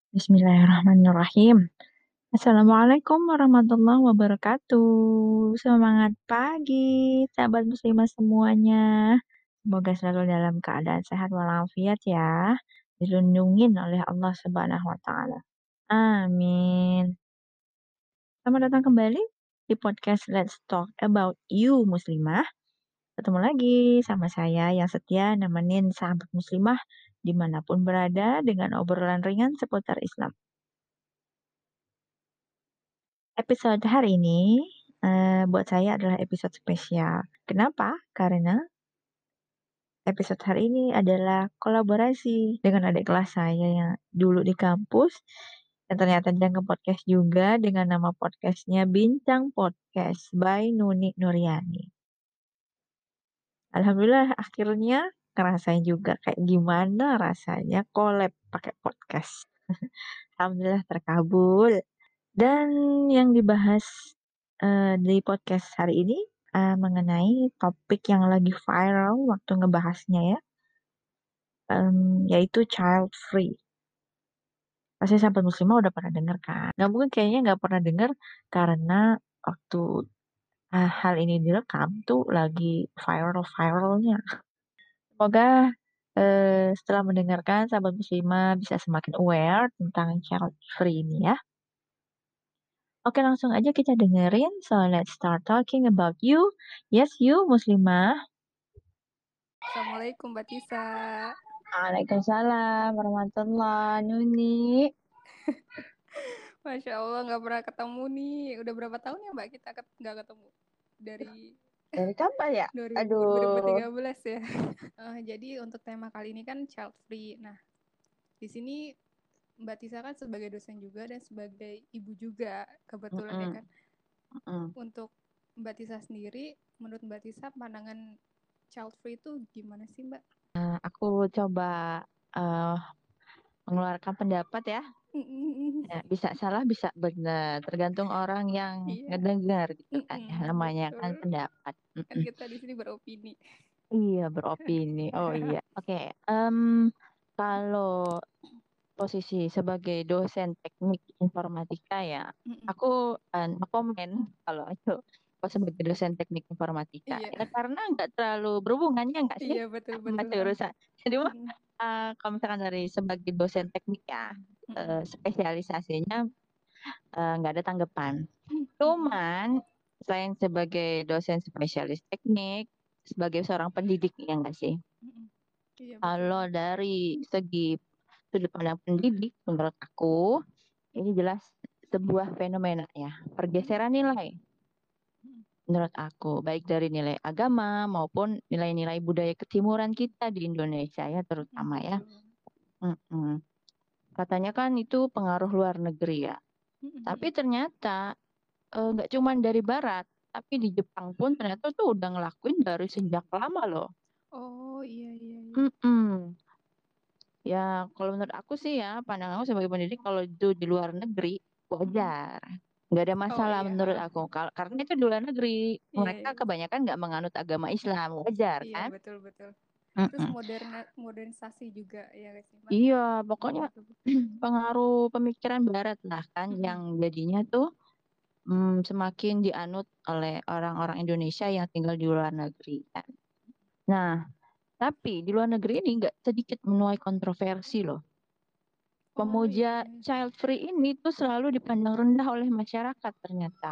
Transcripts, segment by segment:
Bismillahirrahmanirrahim. Assalamualaikum warahmatullahi wabarakatuh. Semangat pagi, sahabat muslimah semuanya. Semoga selalu dalam keadaan sehat walafiat ya. Dilindungin oleh Allah Subhanahu wa taala. Amin. Selamat datang kembali di podcast Let's Talk About You Muslimah. Ketemu lagi sama saya yang setia nemenin sahabat muslimah dimanapun berada dengan obrolan ringan seputar Islam. Episode hari ini, buat saya adalah episode spesial. Kenapa? Karena episode hari ini adalah kolaborasi dengan adik kelas saya yang dulu di kampus, dan ternyata dia nge-podcast juga dengan nama podcastnya Bincang Podcast by Nuni Nuryani. Alhamdulillah akhirnya ngerasain juga kayak gimana rasanya collab pakai podcast. Alhamdulillah terkabul. Dan yang dibahas di podcast hari ini mengenai topik yang lagi viral waktu ngebahasnya ya, yaitu child free. Pasti sahabat muslimah udah pernah dengar kan? Nggak mungkin kayaknya nggak pernah dengar karena waktu hal ini direkam tuh lagi viral-viralnya. Semoga setelah mendengarkan sahabat muslimah bisa semakin aware tentang child free ini ya. Oke, langsung aja kita dengerin. So, let's start talking about you. Yes, you, Muslimah. Assalamualaikum Mbak Tisa. Waalaikumsalam warahmatullahi Nuni. Masya Allah nggak pernah ketemu nih. Udah berapa tahun ya Mbak kita nggak ketemu? Dari kapan ya? 2013 Aduh. ya. Jadi untuk tema kali ini kan child free. Nah, di sini Mbak Tisa kan sebagai dosen juga dan sebagai ibu juga kebetulan ya kan. Untuk Mbak Tisa sendiri, menurut Mbak Tisa pandangan child free itu gimana sih Mbak? Aku coba mengeluarkan pendapat ya. Ya, bisa salah, bisa benar. Tergantung orang yang Iya. ngedengar gitu kan. Ya, namanya kan Betul. pendapat. Kan kita di sini beropini. Iya, beropini. Oh iya. Oke. Kalau posisi sebagai dosen teknik informatika ya, aku no komen kalau itu aku sebagai dosen teknik informatika Iya. ya karena nggak terlalu berhubungannya nggak sih Iya betul sama betul. jurusan. Jadi mah kalau misalkan dari sebagai dosen teknik ya spesialisasinya nggak ada tanggapan. Cuman selain sebagai dosen spesialis teknik, sebagai seorang pendidik ya nggak sih? Iya betul. Kalau dari segi sudut pandang pendidik, menurut aku ini jelas sebuah fenomena ya, pergeseran nilai. Menurut aku, baik dari nilai agama maupun nilai-nilai budaya ketimuran kita di Indonesia ya terutama ya. Betul. Mm-mm. Katanya kan itu pengaruh luar negeri ya. Tapi ternyata nggak cuma dari Barat, tapi di Jepang pun ternyata tuh udah ngelakuin dari sejak lama loh. Oh iya iya iya. Mm-mm. Ya, kalau menurut aku sih ya, pandangan aku sebagai pendidik kalau itu di luar negeri wajar, nggak ada Oh masalah iya. menurut aku. Karena itu di luar negeri, Iya mereka iya betul. kebanyakan nggak menganut agama Islam, wajar Iya kan? betul betul. Terus Mm-mm. modernisasi juga ya guys Mbak. Iya, pokoknya Betul. pengaruh pemikiran Barat lah kan, yang jadinya tuh semakin dianut oleh orang-orang Indonesia yang tinggal di luar negeri kan. Nah, tapi di luar negeri ini nggak sedikit menuai kontroversi loh. Oh Pemuja iya. child free ini tuh selalu dipandang rendah oleh masyarakat ternyata.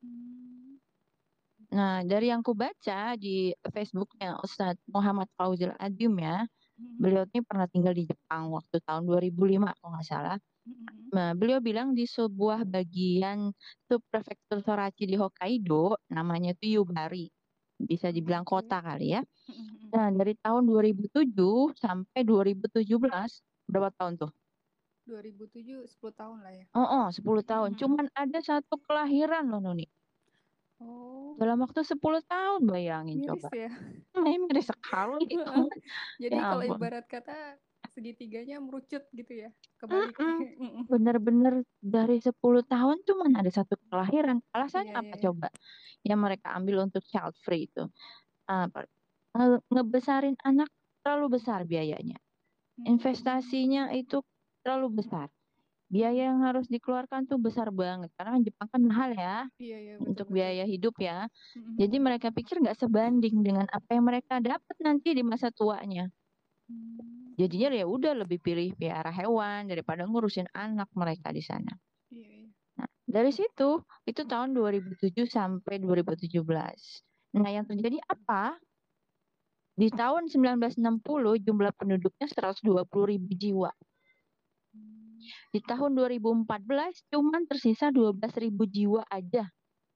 Nah, dari yang ku baca di Facebooknya Ustadz Muhammad Fauzil Adyum ya, beliau ini pernah tinggal di Jepang waktu tahun 2005 kalau nggak salah. Nah, beliau bilang di sebuah bagian subprefektur Sorachi di Hokkaido, namanya itu Yubari. Bisa dibilang Oke. kota kali ya. Nah, dari tahun 2007 sampai 2017, berapa tahun tuh? 2007 10 tahun lah ya. Oh, 10 tahun. Cuman ada satu kelahiran loh, Nuni. Oh, Dalam waktu 10 tahun, bayangin miris coba. ya. Ini miris sekali. Jadi Ya kalau ampun. ibarat kata segitiganya merucut gitu ya, kebalik. Mm-mm. Bener-bener dari 10 tahun cuman ada satu kelahiran. Alasannya Iya apa iya iya. coba? Yang mereka ambil untuk child free itu. Apa? Ngebesarin anak terlalu besar biayanya. Investasinya itu terlalu besar. biaya yang harus dikeluarkan tuh besar banget karena Jepang kan mahal ya Iya, iya, betul, untuk betul. biaya hidup ya. Jadi mereka pikir nggak sebanding dengan apa yang mereka dapat nanti di masa tuanya. Jadinya ya udah lebih pilih piara hewan daripada ngurusin anak mereka di sana. Iya, iya. Nah, dari situ itu tahun 2007 sampai 2017. Nah, yang terjadi apa? Di tahun 1960 jumlah penduduknya 120.000 jiwa. Di tahun 2014 cuman tersisa 12.000 jiwa aja.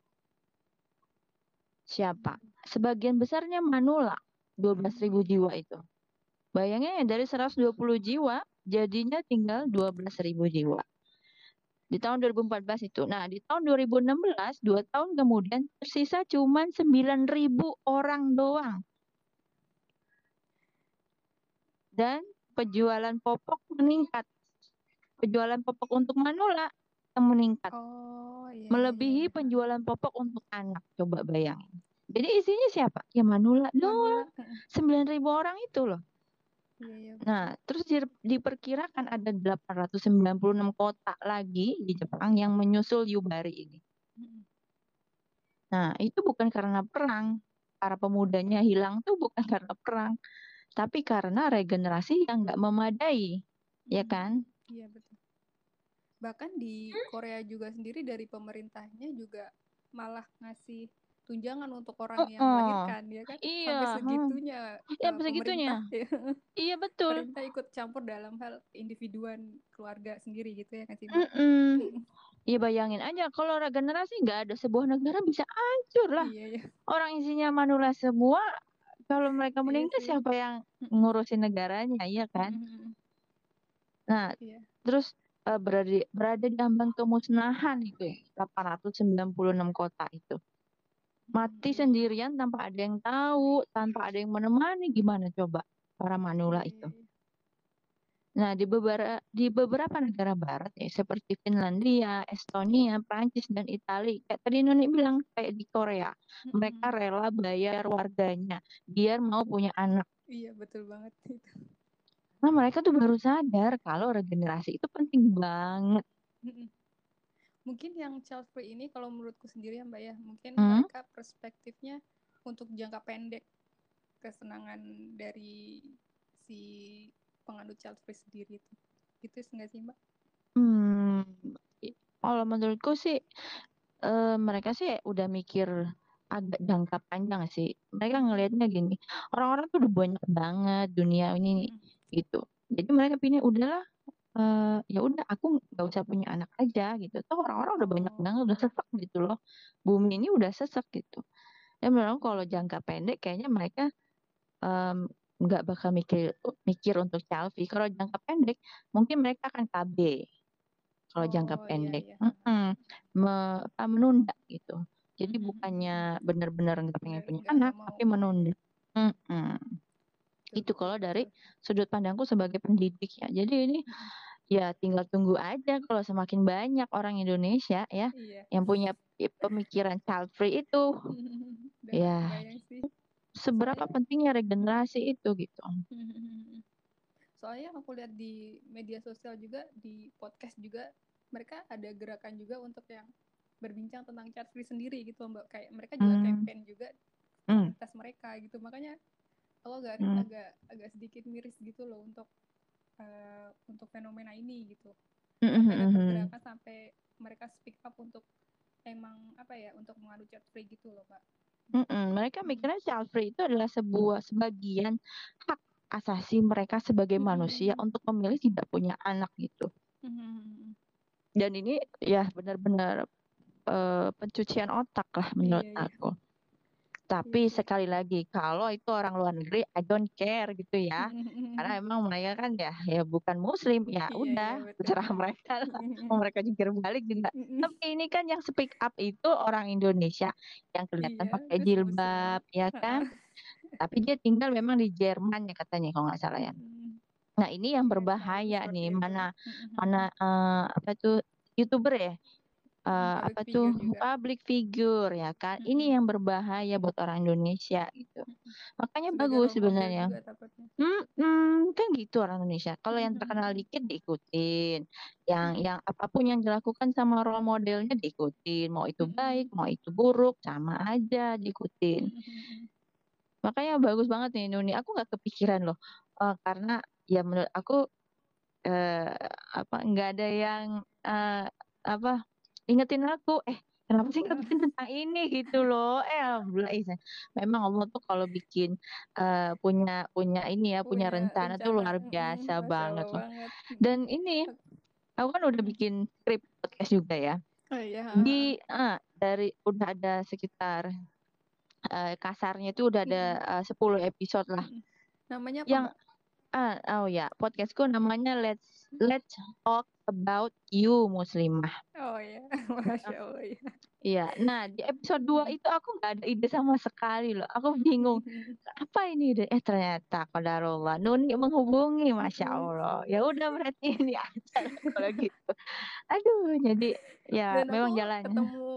Siapa? Sebagian besarnya manula, 12.000 jiwa itu. Bayangin ya dari 120 jiwa jadinya tinggal 12.000 jiwa. Di tahun 2014 itu. Nah, di tahun 2016, 2 tahun kemudian tersisa cuma 9.000 orang doang. Dan penjualan popok meningkat. Penjualan popok untuk manula yang meningkat. Oh, iya, iya, iya, Melebihi iya. penjualan popok untuk anak. Coba bayangin. Jadi isinya siapa? Ya manula Manula. doang. 9.000 orang itu loh. Iya, iya, Nah, betul. terus diperkirakan ada 896 kota lagi di Jepang yang menyusul Yubari ini. Nah, itu bukan karena perang. Para pemudanya hilang tuh bukan karena perang, tapi karena regenerasi yang nggak memadai, ya kan? Iya, betul. Bahkan di Korea juga sendiri dari pemerintahnya juga malah ngasih tunjangan untuk orang yang Oh, melahirkan, ya kan? iya, Sampai segitunya ya segitunya. pemerintah ya. Iya betul. Pemerintah ikut campur dalam hal individuan keluarga sendiri gitu ya kan sih, Mbak? Mm-mm. Ya bayangin aja kalau regenerasi nggak ada sebuah negara bisa hancur lah. Iya, ya. Orang isinya manula semua, kalau mereka Iya meninggal sih. siapa yang ngurusin negaranya, iya kan? Nah, Iya. terus berada di ambang kemusnahan itu ya, 896 kota itu. Mati Iya, iya. sendirian tanpa ada yang tahu, tanpa ada yang menemani, gimana coba para manula Iya, iya, itu. iya. Nah, di beberapa negara barat ya, seperti Finlandia, Estonia, Prancis, dan Italia, kayak tadi Nuni bilang, kayak di Korea, mereka rela bayar warganya biar mau punya anak. Iya, betul banget itu. Nah, mereka tuh baru sadar kalau regenerasi itu penting banget. Mungkin yang child free ini kalau menurutku sendiri ya Mbak ya, mungkin Hmm? mereka perspektifnya untuk jangka pendek kesenangan dari si penganut child free sendiri itu. Itu enggak sih Mbak? Hmm, kalau menurutku sih mereka sih udah mikir agak jangka panjang sih. Mereka ngelihatnya gini, orang-orang tuh udah banyak banget dunia ini gitu. Jadi mereka pilih udahlah, ya udah aku nggak usah punya anak aja gitu. Toh orang-orang udah banyak Oh, banget, udah sesek gitu loh. Bumi ini udah sesek gitu. Dan memang kalau jangka pendek kayaknya mereka em, nggak bakal mikir mikir untuk selfie. Kalau jangka pendek mungkin mereka akan KB kalau jangka oh iya pendek. iya. Menunda gitu. Jadi bukannya benar-benar nggak pengen Bener, punya nggak anak, mau. tapi menunda. Mm-mm. Betul Itu betul kalau dari betul. sudut pandangku sebagai pendidik ya. Jadi ini ya tinggal tunggu aja kalau semakin banyak orang Indonesia ya Iya. yang punya pemikiran child free itu, Udah ya kebayang sih. seberapa Soalnya pentingnya regenerasi itu gitu. soalnya aku lihat di media sosial juga, di podcast juga, mereka ada gerakan juga untuk yang berbincang tentang child free sendiri gitu Mbak. Kayak mereka juga Hmm, campaign juga hmm, komunitas mereka gitu. Makanya aku agak hmm, agak agak sedikit miris gitu loh untuk fenomena ini gitu. hmm, hmm, Sampai ada hmm, hmm. pergerakan sampai mereka speak up untuk emang apa ya, untuk mengadu child free gitu loh Mbak. Mm-mm. Mereka mikirnya child free itu adalah sebuah sebagian hak asasi mereka sebagai manusia untuk memilih tidak punya anak gitu. Dan ini ya benar-benar pencucian otak lah menurut Iya iya aku. iya Tapi sih. sekali lagi, kalau itu orang luar negeri, I don't care gitu ya. Karena emang mereka kan ya bukan Muslim, ya Iya iya udah betul. terserah mereka lah. Mau mereka jungkir balik juga. Tapi ini kan yang speak up itu orang Indonesia yang kelihatan Iya, pakai terus Muslim. jilbab, ya kan? Tapi dia tinggal memang di Jerman ya katanya kalau nggak salah ya. Nah ini yang Iya kurang lebih berbahaya seperti nih, itu. mana mana apa tuh YouTuber ya, Public apa tuh, figure juga. public figure ya kan. Ini yang berbahaya buat orang Indonesia gitu. Makanya Sebagai bagus role model sebenarnya. juga takutnya. Kan gitu orang Indonesia. Kalau yang terkenal dikit diikutin, yang apapun yang dilakukan sama role modelnya diikutin. Mau itu baik, mau itu buruk, sama aja diikutin. Makanya bagus banget nih Nuni. Aku nggak kepikiran loh, karena ya menurut aku eh, apa nggak ada yang apa ingetin aku, kenapa sih ngebikin tentang ini gitu loh. Alhamdulillah Isa. Memang Allah tuh kalau bikin punya punya ini ya, punya Punya rencana tuh rencana, luar biasa Masya banget Allah loh. banget. Dan ini aku kan udah bikin skrip podcast juga ya. Oh iya, Dari udah ada sekitar kasarnya itu udah ada 10 episode lah. Namanya apa, Yang Mbak? oh ya, podcastku namanya Let's Let's Talk About You Muslimah. Oh iya, Masya Allah ya. Iya, nah di episode 2 itu aku nggak ada ide sama sekali loh. Aku bingung, apa ini ide? Ternyata qadarullah Nuni menghubungi, Masya Allah. Ya udah berarti ini acara kalau gitu. Aduh, jadi ya Dan memang aku jalannya.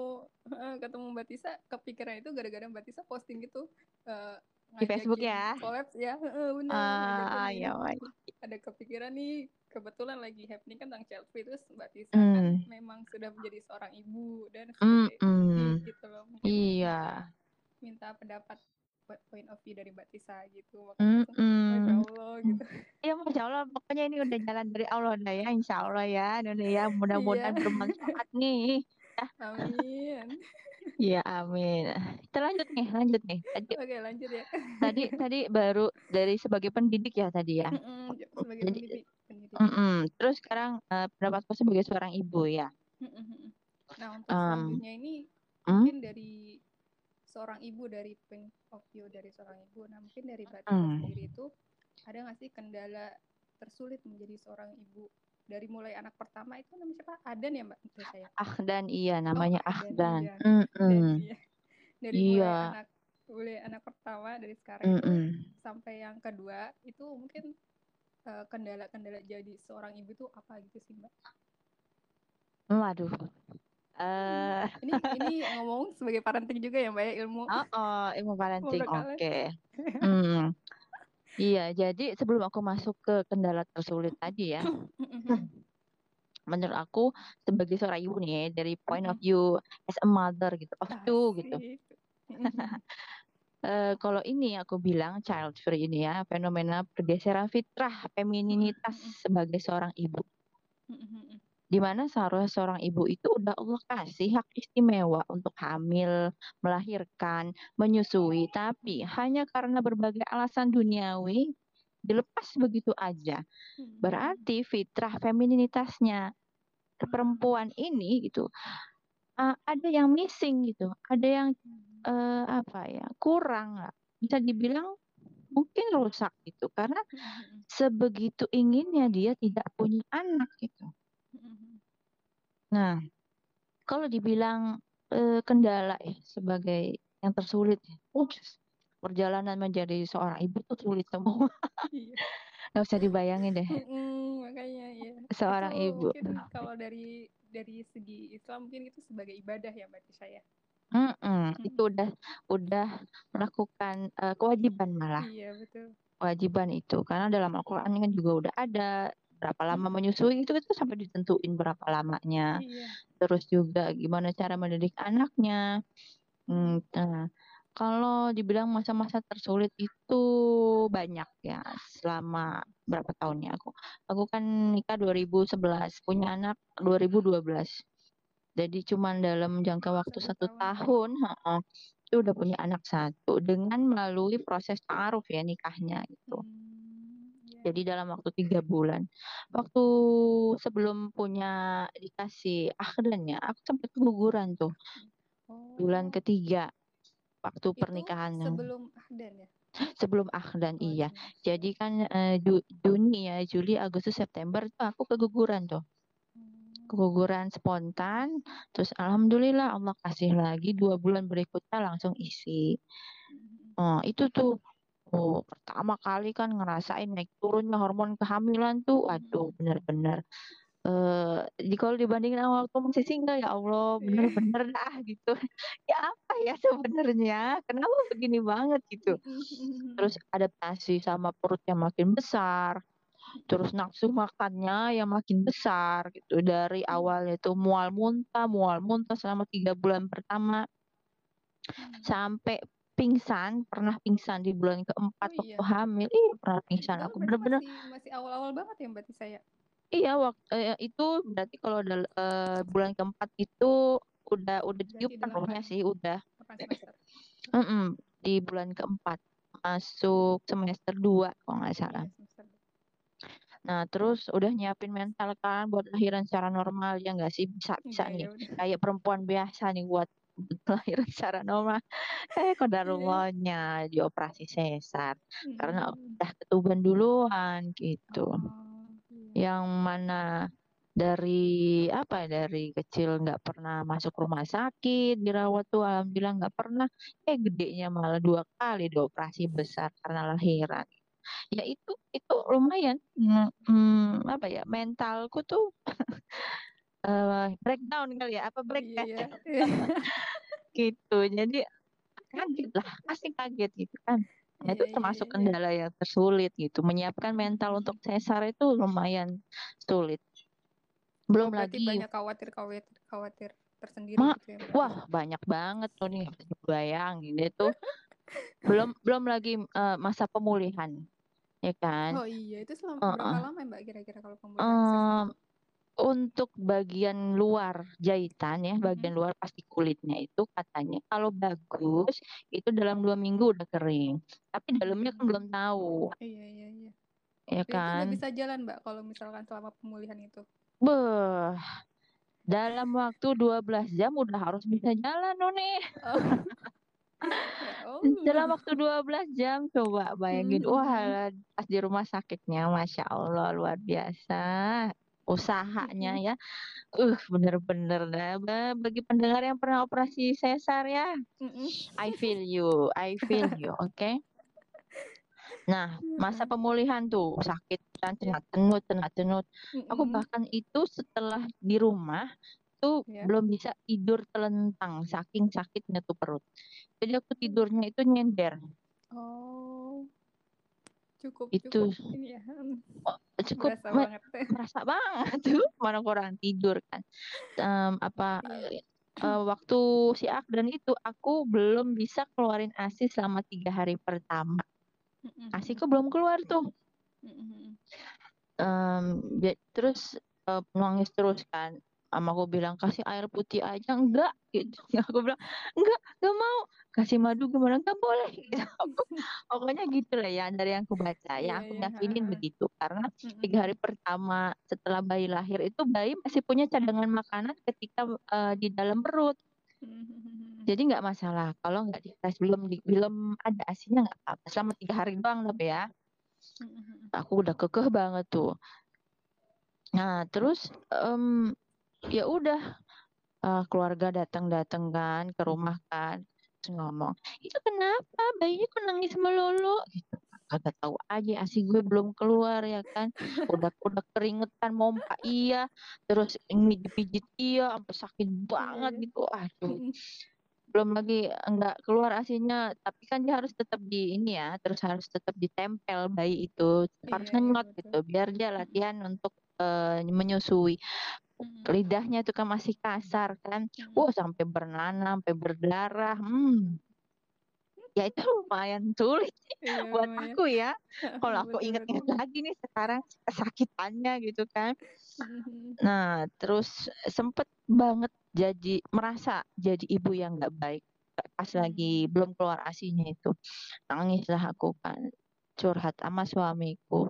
ketemu Mbak Tisa, kepikiran itu gara-gara Mbak Tisa posting gitu, Di Facebook ngajakin ya. collabs ya, bener ngajakin ini. Ya, Ada kepikiran nih, kebetulan lagi happening kan tentang child free, terus Mbak Tisa kan hmm, memang sudah menjadi seorang ibu dan sebagai hmm, ini gitu loh, mungkin iya, minta pendapat point of view dari Mbak Tisa gitu, makanya langsung Masya hmm. Allah gitu. Ya, Masya Allah, pokoknya ini udah jalan dari Allah dah ya, Insya Allah ya, Nuni ya, mudah-mudahan Iya, bermanfaat nih. amin. Iya, amin. Kita lanjut nih, lanjut nih. Tadi, Oke, lanjut ya. tadi, tadi baru dari sebagai pendidik ya tadi ya. Sebagai Jadi, pendidik, pendidik. terus sekarang pendapatku sebagai seorang ibu ya. Nah, untuk Em, selanjutnya ini mm, mungkin dari seorang ibu, dari point of view dari seorang ibu. Nah, mungkin dari Mbak Tisa mm. sendiri itu ada nggak sih kendala tersulit menjadi seorang ibu? Dari mulai anak pertama itu namanya siapa? Adan ya Mbak Tisa ya? Ahdan iya, Oh, namanya Adan Ahdan. iya. Dan Mm-mm. iya. Dari Iya. mulai anak pertama dari sekarang itu Mm-mm. sampai yang kedua itu mungkin kendala-kendala jadi seorang ibu itu apa gitu sih Mbak? Waduh. Eh, Ini ngomong sebagai parenting juga ya Mbak ya, ilmu ilmu parenting, ngobrol oke. Hmm. Iya, jadi sebelum aku masuk ke kendala tersulit tadi ya, menurut aku sebagai seorang ibu nih ya, dari point of view as a mother gitu, of two gitu. Asik. Kalau ini aku bilang child free ini ya, fenomena pergeseran fitrah femininitas sebagai seorang ibu. Di mana seharusnya seorang ibu itu udah Allah kasih hak istimewa untuk hamil, melahirkan, menyusui, tapi hanya karena berbagai alasan duniawi dilepas begitu aja. Berarti fitrah femininitasnya perempuan ini gitu, ada yang missing gitu, ada yang apa ya kurang lah. Bisa dibilang mungkin rusak gitu karena sebegitu inginnya dia tidak punya anak gitu. Nah, kalau dibilang kendala ya sebagai yang tersulit, ya, perjalanan menjadi seorang ibu tuh sulit semua. Iya. Nggak usah dibayangin deh Makanya ya. Itu seorang ibu. mungkin kalau dari segi Islam mungkin itu sebagai ibadah ya Mbak Tisha ya. Itu udah melakukan kewajiban malah. Iya betul. Kewajiban itu karena dalam Al-Qur'an kan juga udah ada berapa lama menyusui itu sampai ditentuin berapa lamanya. Iya. Terus juga gimana cara mendidik anaknya. Nah, kalau dibilang masa-masa tersulit itu banyak ya selama berapa tahunnya aku. Aku kan nikah 2011, punya anak 2012. Jadi cuman dalam jangka waktu Satu satu tahun. tahun, itu udah punya anak satu dengan melalui proses ta'aruf ya nikahnya gitu. Iya. Jadi dalam waktu 3 bulan. Waktu sebelum punya dikasih akhdannya, aku sempat keguguran tuh bulan Oh, ketiga waktu itu pernikahannya. sebelum Ahdan ya? Sebelum akhdan iya. Waduh, Masya Jadi Allah. kan Juni ya, Juli, Agustus, September tuh aku keguguran tuh. Keguguran spontan. Terus alhamdulillah Allah kasih lagi 2 bulan berikutnya langsung isi. Oh, itu tuh. Oh, pertama kali kan ngerasain naik turunnya hormon kehamilan tuh, aduh bener-bener. Kalau dibandingin sama waktu masih single, ya Allah, Iya. bener-bener dah gitu. Ya apa ya sebenarnya, kenapa begini banget gitu. Mhm mhm Terus adaptasi sama perut yang makin besar, mhm. terus nafsu makannya yang makin besar gitu. Dari Mhm. awalnya itu mual muntah selama 3 bulan pertama, Mmm. sampai pingsan, pernah pingsan di bulan Oh keempat waktu iya? hamil. Iya pernah pingsan Itu aku berarti bener-bener. masih awal-awal banget ya berarti saya? Iya, itu berarti kalau bulan keempat itu udah Berarti ditiupkan rohnya 8 sih, udah. 8 semester? Di bulan keempat, masuk semester 2 kalau nggak Oh salah. iya semester. Nah, terus udah nyiapin mental kan buat lahiran secara normal, ya nggak sih? Bisa Iya nih, iya udah. kayak perempuan biasa nih buat lahiran secara normal. Iya. Kodarullahnya dioperasi sesar karena Mhm. udah ketuban duluan gitu. Oh, iya. Yang mana dari kecil nggak pernah masuk rumah sakit, dirawat tuh alhamdulillah nggak pernah. Gedenya malah 2 kali dioperasi besar karena lahiran. Ya itu lumayan, apa ya, mentalku tuh breakdown kali ya, apa Iya breakdown ya. gitu. Jadi kaget lah, pasti kaget gitu kan. Nah, itu Iya iya termasuk iya. kendala yang tersulit gitu. Menyiapkan mental untuk sesar itu lumayan sulit. Oh, Belum berarti lagi, banyak khawatir tersendiri mak, gitu ya berarti? wah banyak banget tuh nih, nggak bisa bayangin itu. Belum belum lagi masa pemulihan, ya kan. Oh iya, itu selama berapa Heeh. lama ya Mbak kira-kira kalau pemulihan sesar Em, itu? untuk bagian luar jahitan ya, Mhm. bagian luar pasti kulitnya itu katanya kalau bagus itu dalam 2 minggu udah kering. Tapi dalamnya kan belum Hmm. tahu, Iya iya iya. ya Dan itu udah kan. bisa jalan Mbak kalau misalkan selama pemulihan itu? Beh, dalam waktu 12 jam udah harus bisa jalan Noni. Oh, ya Dalam Allah. waktu 12 jam coba bayangin. Mhm. Wah, pas di rumah sakitnya Masya Allah luar biasa. Usahanya Mhm. ya. Bener-bener dah. Bagi pendengar yang pernah operasi sesar ya. Mhm. I feel you, oke? Nah, masa Heeh. pemulihan tuh sakit kan, Ya. cenat cenut. Aku Mhm. bahkan itu setelah di rumah tuh Ya. belum bisa tidur telentang saking sakitnya tuh perut. Jadi aku Oh. tidurnya itu nyender. Oh, cukup Itu cukup ini ya. cukup Berasa banget. merasa banget tuh mana kurang tidur kan. Apa Iya. waktu si Akdan itu aku belum bisa keluarin ASI selama 3 hari pertama. Mhm mhm. ASIku belum keluar tuh. Mhm mhm. Terus nangis terus kan. Mamaku bilang kasih air putih aja enggak gitu. Aku bilang enggak mau. Kasih madu gimana? Enggak boleh gitu. Pokoknya gitu lah ya dari yang aku baca. Yang Iya aku iya, heeh yakinin heeh. begitu. Karena Mhm tiga mhm. hari pertama setelah bayi lahir itu bayi masih punya cadangan makanan ketika di dalam perut. Mhm mhm mhm. Jadi nggak masalah. Kalau nggak dites belum ada asinya nggak apa-apa. Selama 3 hari doang tapi ya. Mhm mhm. Aku udah kekeh banget tuh. Nah terus ya udah, keluarga datang-datang kan ke rumah kan, terus ngomong, "Itu kenapa bayinya kok nangis melulu?" Gitu. Kagak tahu aja ASI gue belum keluar ya kan. Udah keringetan mompa iya, terus pijit iya, sampai sakit Iya banget iya. gitu. Aduh, Mhm. belum lagi enggak keluar ASINya, tapi kan dia harus tetap di ini ya, terus harus tetap ditempel bayi itu, harus Iya iya ngenyot betul. gitu biar dia Mhm. latihan untuk menyusui. Mhm. Lidahnya itu kan masih kasar kan. Mhm. Sampai bernanah, sampai berdarah. Ya itu lumayan sulit Iya buat lumayan. aku ya. Heeh Kalau heeh, aku betul inget-inget betul. lagi nih sekarang kesakitannya gitu kan. Mhm mhm. Nah, terus sempet banget merasa jadi ibu yang nggak baik pas lagi Mmm. belum keluar ASINya itu. Nangislah aku kan, curhat sama suamiku.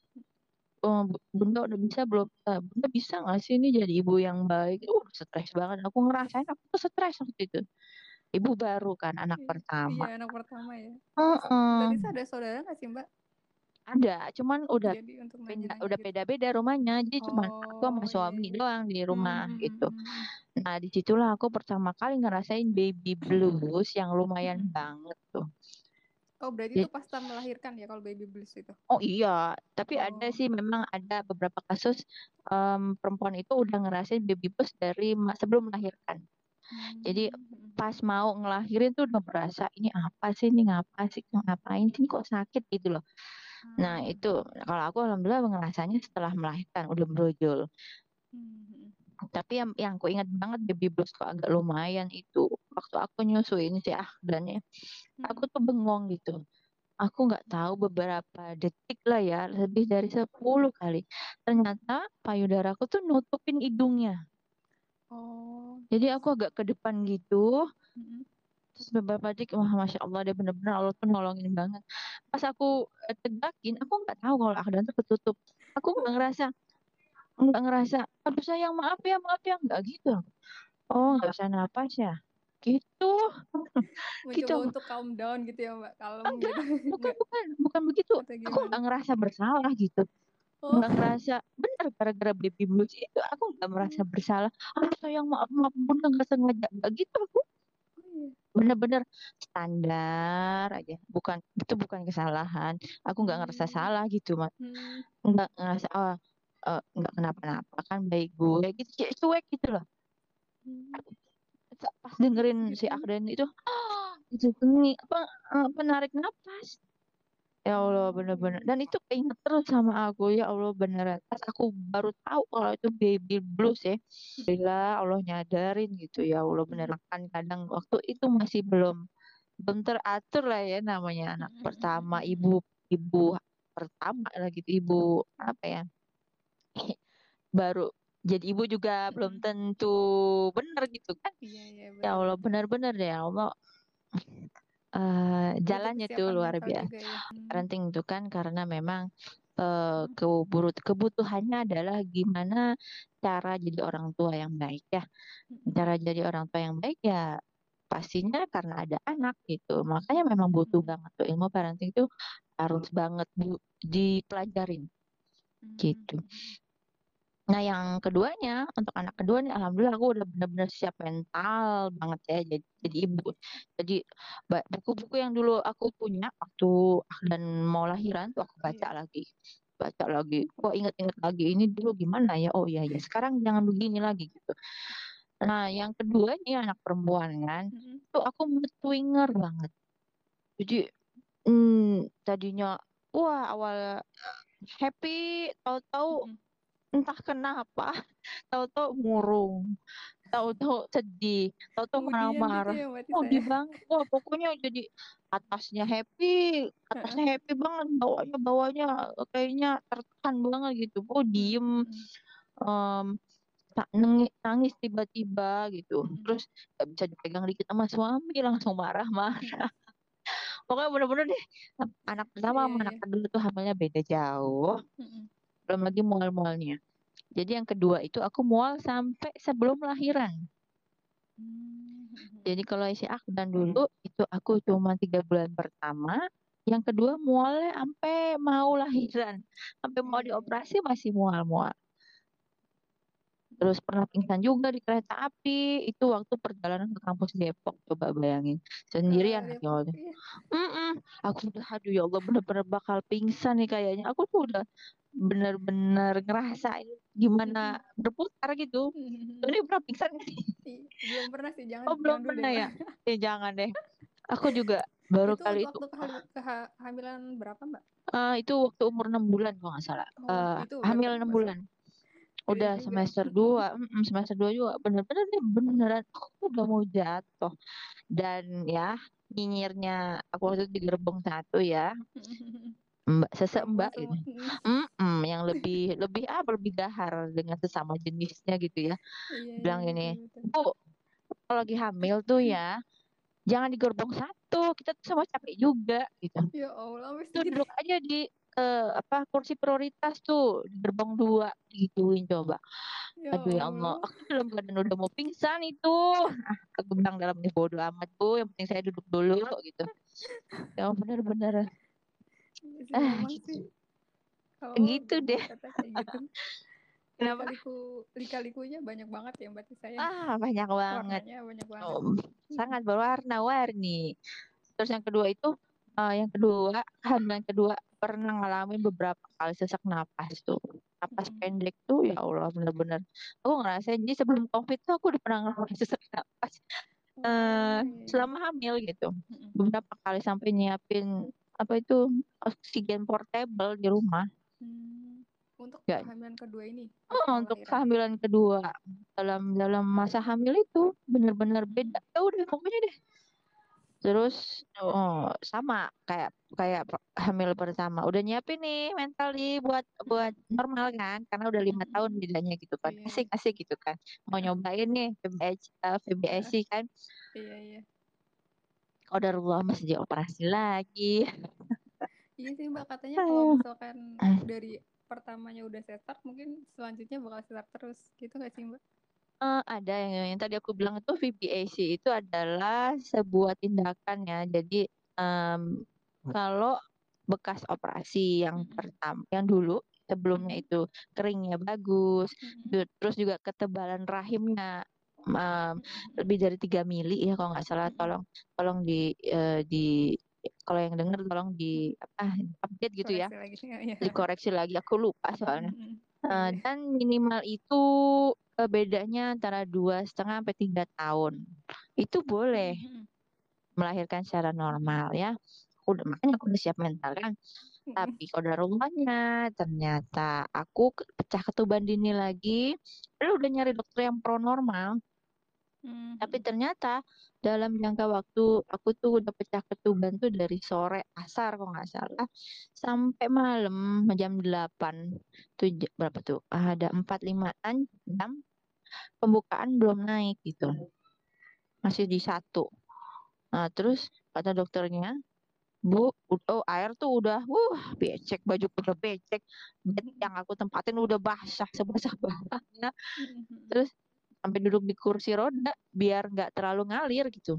Bunda udah bisa belum? Bunda bisa nggak sih ini jadi ibu yang baik? Stres banget. Aku ngerasain aku tuh stres waktu itu. Ibu baru kan, anak Iya iya pertama. anak pertama ya. Terus Heeh. berarti ada saudara nggak sih Mbak? Ada, cuman udah Jadi untuk beda, nanya-nanya udah gitu. beda-beda rumahnya. Jadi cuma aku sama Oh iya suami iya. doang di Mhm rumah mhm gitu. mhm mhm. Nah, disitulah aku pertama kali ngerasain baby blues yang lumayan Mhm. banget tuh. Oh, berarti itu pasca melahirkan ya kalau baby blues itu? Oh iya, tapi ada Oh. sih memang ada beberapa kasus perempuan itu udah ngerasain baby blues dari sebelum melahirkan. Jadi pas mau ngelahirin tuh udah berasa ini apa sih, ini ngapa sih, ngapain sih kok sakit gitu loh. Nah itu kalau aku alhamdulillah ngerasanya setelah melahirkan udah brojol. Tapi yang aku ingat banget baby blues kok agak lumayan itu waktu aku nyusuin si Ahdannya, aku tuh bengong gitu. Aku nggak tahu beberapa detik lah ya, lebih dari 10 kali. Ternyata payudaraku tuh nutupin hidungnya. Oh. Jadi aku agak ke depan gitu. Terus beberapa detik, wah Masya Allah, dia bener-bener Allah tuh nolongin banget. Pas aku tegakin, aku nggak tahu kalau akdan tuh ketutup. Aku nggak ngerasa, aduh sayang maaf ya, nggak gitu. Oh nggak bisa napas ya, gitu, gitu. Mencoba untuk calm down gitu ya Mbak, kalem Enggak, gitu. bukan, Enggak, bukan, bukan begitu. atau Aku gimana? nggak ngerasa bersalah gitu. Oh. Nggak ngerasa bener gara-gara baby blues itu aku nggak merasa bersalah. Aduh sayang maaf maaf bunda nggak sengaja, nggak gitu aku. Bener-bener standar aja, bukan itu, bukan kesalahan. Aku nggak ngerasa salah gitu mas, nggak ngerasa nggak kenapa-napa kan, baik gue gitu, cuek gitu loh. Pas dengerin si Segitunya. Akden itu itu ini apa, penarik napas. Ya Allah bener-bener. Dan itu keinget terus sama aku. Ya Allah beneran. Pas aku baru tahu kalau itu baby blues ya. Bila Allah nyadarin gitu, ya Allah beneran. Kan kadang waktu itu masih belum belum teratur lah ya, namanya anak pertama, ibu ibu pertama lah gitu, ibu apa ya, baru jadi ibu juga belum tentu bener gitu kan. Iya, iya, Ya betul Allah betul. benar-benar deh, ya Allah, Butuh jalannya tuh kesiapan luar mental biasa. juga ya. Parenting itu kan karena memang kebutuhannya adalah gimana cara jadi orang tua yang baik ya. Cara jadi orang tua yang baik ya pastinya karena ada anak gitu. Makanya memang butuh banget tuh ilmu parenting itu, harus banget dipelajarin gitu. Nah, yang keduanya, untuk anak kedua nih, alhamdulillah aku udah benar-benar siap mental banget ya, jadi ibu. Jadi buku-buku yang dulu aku punya waktu dan mau lahiran tuh aku baca lagi. Kok inget-inget lagi ini dulu gimana ya? Oh iya ya, sekarang jangan begini lagi gitu. Nah, yang kedua nih anak perempuan kan, tuh aku mood swinger banget. Jadi tadinya wah awal happy, tahu-tahu entah kenapa, tahu-tahu murung, tahu-tahu sedih, tahu-tahu Kemudian gitu marah-marah. ya berarti Oh, di saya. bang, wah pokoknya jadi atasnya happy, atasnya happy banget, bawahnya kayaknya tertekan banget gitu. Oh, diem, em, nangis tiba-tiba gitu. Terus gak bisa dipegang dikit sama suami, langsung marah-marah. Pokoknya bener-bener deh, anak pertama Iya, sama anak iya. kedua tuh hamilnya beda jauh. Belum lagi mual-mualnya. Jadi yang kedua itu aku mual sampai sebelum lahiran. Jadi kalau isi Akdan dulu itu aku cuma 3 bulan pertama, yang kedua mualnya sampai mau lahiran, sampai mau Iya, iya. dioperasi masih mual-mual. Terus pernah pingsan juga di kereta api, itu waktu perjalanan ke kampus Depok, coba bayangin, Ke sendirian lagi Depok waktu. iya. Mm-mm. Aku udah, aduh ya Allah bener-bener bakal pingsan nih kayaknya. Aku tuh udah bener-bener ngerasain gimana berputar gitu. Ini pernah pingsan gak sih? Belum pernah sih, jangan Oh belum jangan dulu deh pernah Mbak. ya? Jangan deh. Aku juga baru Itu kali itu. waktu kehamilan berapa Mbak? Itu waktu umur 6 bulan kalau nggak salah. Oh, itu Hamil berarti 6 masuk bulan. gede Udah juga. semester 2 juga. Bener-bener deh, beneran. Aku udah mau jatuh. Dan ya, nyinyirnya aku waktu itu di gerbong satu ya. Mbak, Perempuan mbak gitu. semua. Yang lebih lebih apa lebih gahar dengan sesama jenisnya gitu ya. Iya, iya, Bilang ini, betul betul. Bu, kalau lagi hamil tuh ya, jangan di gerbong satu, kita tuh sama capek juga gitu. Ya Allah, sampai Tuh segitu. duduk aja di apa kursi prioritas tuh di gerbong 2 gituin coba. Ya Aduh ya Allah, Allah. aku dalam keadaan udah mau pingsan itu. Aku bilang dalam ini bodo amat bu, yang penting saya duduk dulu gitu. Ya bener-bener Iya sih memang sih. gitu, Kalau gitu deh. gerbong kata kayak gitu. Kenapa? Lika-likunya banyak banget ya berarti saya. Banyak banget. Warnanya banyak banget. Sangat berwarna-warni. Terus yang kedua itu Yang kedua, kehamilan kedua pernah ngalamin beberapa kali sesak napas tuh. Napas pendek tuh ya Allah bener-bener. Aku ngerasain jadi sebelum COVID tuh aku udah pernah ngalamin sesak napas Oh, iya, iya. selama hamil gitu. Beberapa kali sampai nyiapin apa itu oksigen portable di rumah. Untuk Gak, kehamilan kedua ini pas mau untuk lahiran. kehamilan kedua dalam dalam masa hamil itu bener-bener beda. Ya udah pokoknya deh. Terus sama kayak kayak hamil pertama udah nyiapin nih mentally buat buat normal kan karena udah 5 tahun bedanya gitu kan Iya, iya. asik-asik gitu kan mau nyobain nih VBAC kan Iya, iya. qadarullah masih dioperasi lagi. Iya sih Mbak, katanya kalau Aduh. misalkan dari pertamanya udah sesar, mungkin selanjutnya bakal sesar terus. Gitu gak sih Mbak? Ada yang tadi aku bilang itu VBAC itu adalah sebuah tindakan ya. Jadi em, kalau bekas operasi yang pertama, yang dulu sebelumnya itu keringnya bagus, terus juga ketebalan rahimnya lebih dari 3 mili ya kalau nggak salah. Tolong tolong di kalau yang dengar tolong di apa update gitu ya, Koreksi lagi. Iya. dikoreksi lagi. Aku lupa soalnya. Iya. Dan minimal itu bedanya antara 2,5 sampai 3 tahun. Itu boleh melahirkan secara normal ya. Makanya aku udah siap mental kan. Tapi kalau rumahnya ternyata aku pecah ketuban dini lagi. Lalu udah nyari dokter yang pro normal. Tapi ternyata dalam jangka waktu aku tuh udah pecah ketuban tuh dari sore asar kalau nggak salah sampai malam jam 8 tuh berapa tuh ada 4-5 jam pembukaan belum naik gitu masih di 1. Nah terus kata dokternya Bu, air tuh udah, becek, baju udah becek, bed yang aku tempatin udah basah, sebasah-basahnya. Terus sampai duduk di kursi roda biar nggak terlalu ngalir gitu.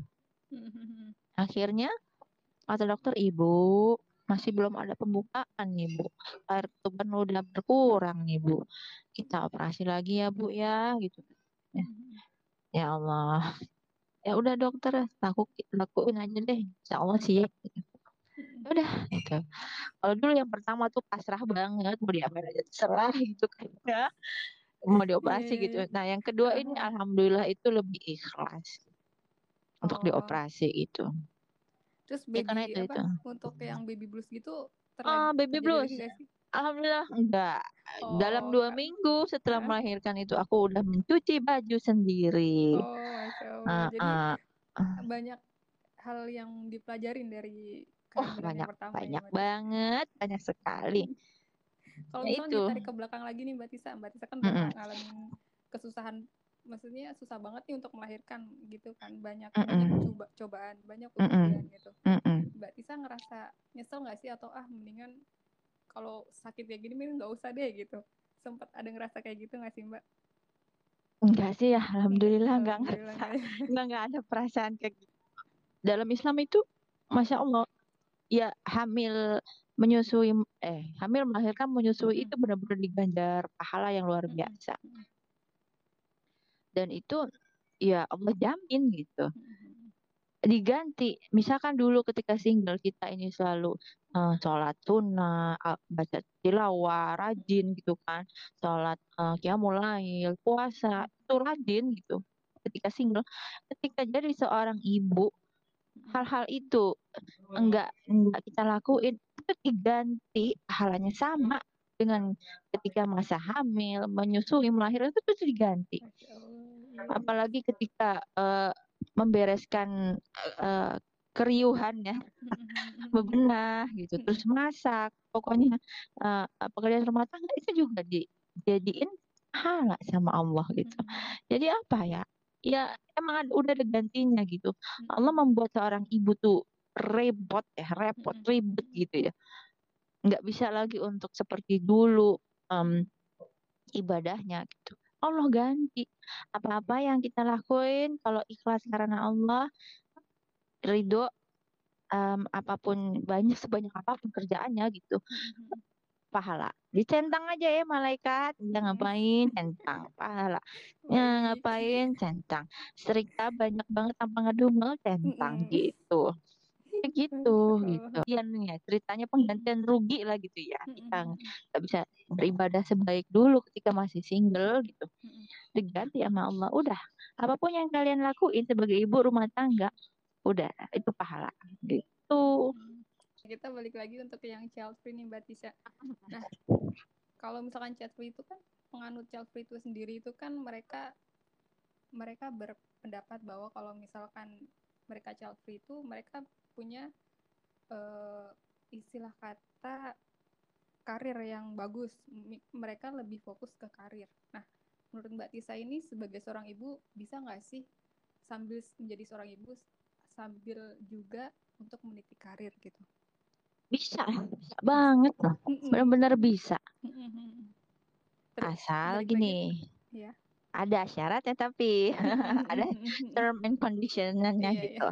Akhirnya kata dokter, Ibu masih belum ada pembukaan nih Bu. Air tuban udah berkurang nih Bu. Kita operasi lagi ya Bu ya gitu. Ya, ya Allah. Ya udah dokter, lakuin aja deh. Insya Allah sih. Ya udah gitu. Kalau dulu yang pertama tuh pasrah banget mau diapain aja terserah gitu kan ya. Mau Iya, dioperasi iya, gitu. iya. Nah yang kedua ini alhamdulillah itu lebih ikhlas untuk Oh, dioperasi itu. terus Ya karena baby itu. apa? Untuk yang baby blues gitu Baby terjadi blues. lagi gak sih? Alhamdulillah enggak. Dalam Oh, 2 minggu setelah Heeh. melahirkan itu aku udah mencuci baju sendiri. Oh, Masya Allah. Uh, Jadi uh, banyak hal yang dipelajarin dari oh kehamilan yang banyak pertama ya banyak Mbak Tisa. banget banyak sekali. Kalau Ya misalnya itu. ditarik ke belakang lagi nih Mbak Tisa kan udah Mm-mm, ngalamin kesusahan, maksudnya susah banget nih untuk melahirkan gitu kan, banyak banyak mm-mm, cobaan, banyak ujian mm-mm, gitu. mm-mm. Mbak Tisa ngerasa nyesel nggak sih atau mendingan kalau sakit kayak gini mending nggak usah deh gitu. Sempat ada ngerasa kayak gitu nggak sih Mbak? Enggak sih ya, Enggak, alhamdulillah enggak alhamdulillah ngerasa, enggak ya. enggak ada perasaan kayak gitu. Dalam Islam itu, masya Allah, ya hamil melahirkan menyusui itu benar-benar diganjar pahala yang luar biasa. Dan itu ya Allah jamin gitu. Diganti, misalkan dulu ketika single kita ini selalu sholat sunnah, baca tilawah, rajin gitu kan, sholat qiyamul lail, puasa, itu rajin gitu. Ketika single, ketika jadi seorang ibu, hal-hal itu enggak kita lakuin, itu diganti pahalanya sama dengan ketika masa hamil, menyusui, melahirkan itu diganti. Masya Allah, iya, iya. Apalagi ketika membereskan eh, keriuhan ya, bebenah gitu, terus masak, pokoknya pekerjaan rumah tangga itu juga dijadiin pahala sama Allah gitu. Jadi apa ya? Ya emang udah ada gantinya gitu. Allah membuat seorang ibu tuh repot, ribet gitu ya. Nggak bisa lagi untuk seperti dulu em, ibadahnya gitu. Allah ganti apa-apa yang kita lakuin kalau ikhlas karena Allah, ridho, apapun sebanyak apapun kerjaannya gitu, pahala. Dicentang aja ya malaikat, udah ngapain centang pahala. Ya Baik. ngapain centang. Setrika banyak banget tanpa ngedumel centang gitu. kayak gitu Masya gitu. Allah. Ya ceritanya Mm-mm. penggantian rugi lah gitu ya. Kita Mm-mm. nggak bisa beribadah sebaik dulu ketika masih single gitu. Mm-mm. Diganti sama Allah. Udah, apapun yang kalian lakuin sebagai ibu rumah tangga, udah itu pahala gitu. Mm-mm. Kita balik lagi untuk yang child free nih Mbak Tisha. Nah, kalau misalkan child free itu kan penganut child free itu sendiri itu kan mereka mereka berpendapat bahwa kalau misalkan mereka child free itu mereka punya uh, istilah kata karir yang bagus. Mereka lebih fokus ke karir. Nah, menurut Mbak Tisa ini sebagai seorang ibu bisa nggak sih sambil menjadi seorang ibu sambil juga untuk meniti karir gitu? Bisa, bisa Bisa. banget loh. Mm-mm. Bener-bener bisa. Mm-mm. Asal Balik lagi, gini, ya. ada syaratnya tapi ada term and conditionnya Iya, iya. gitu.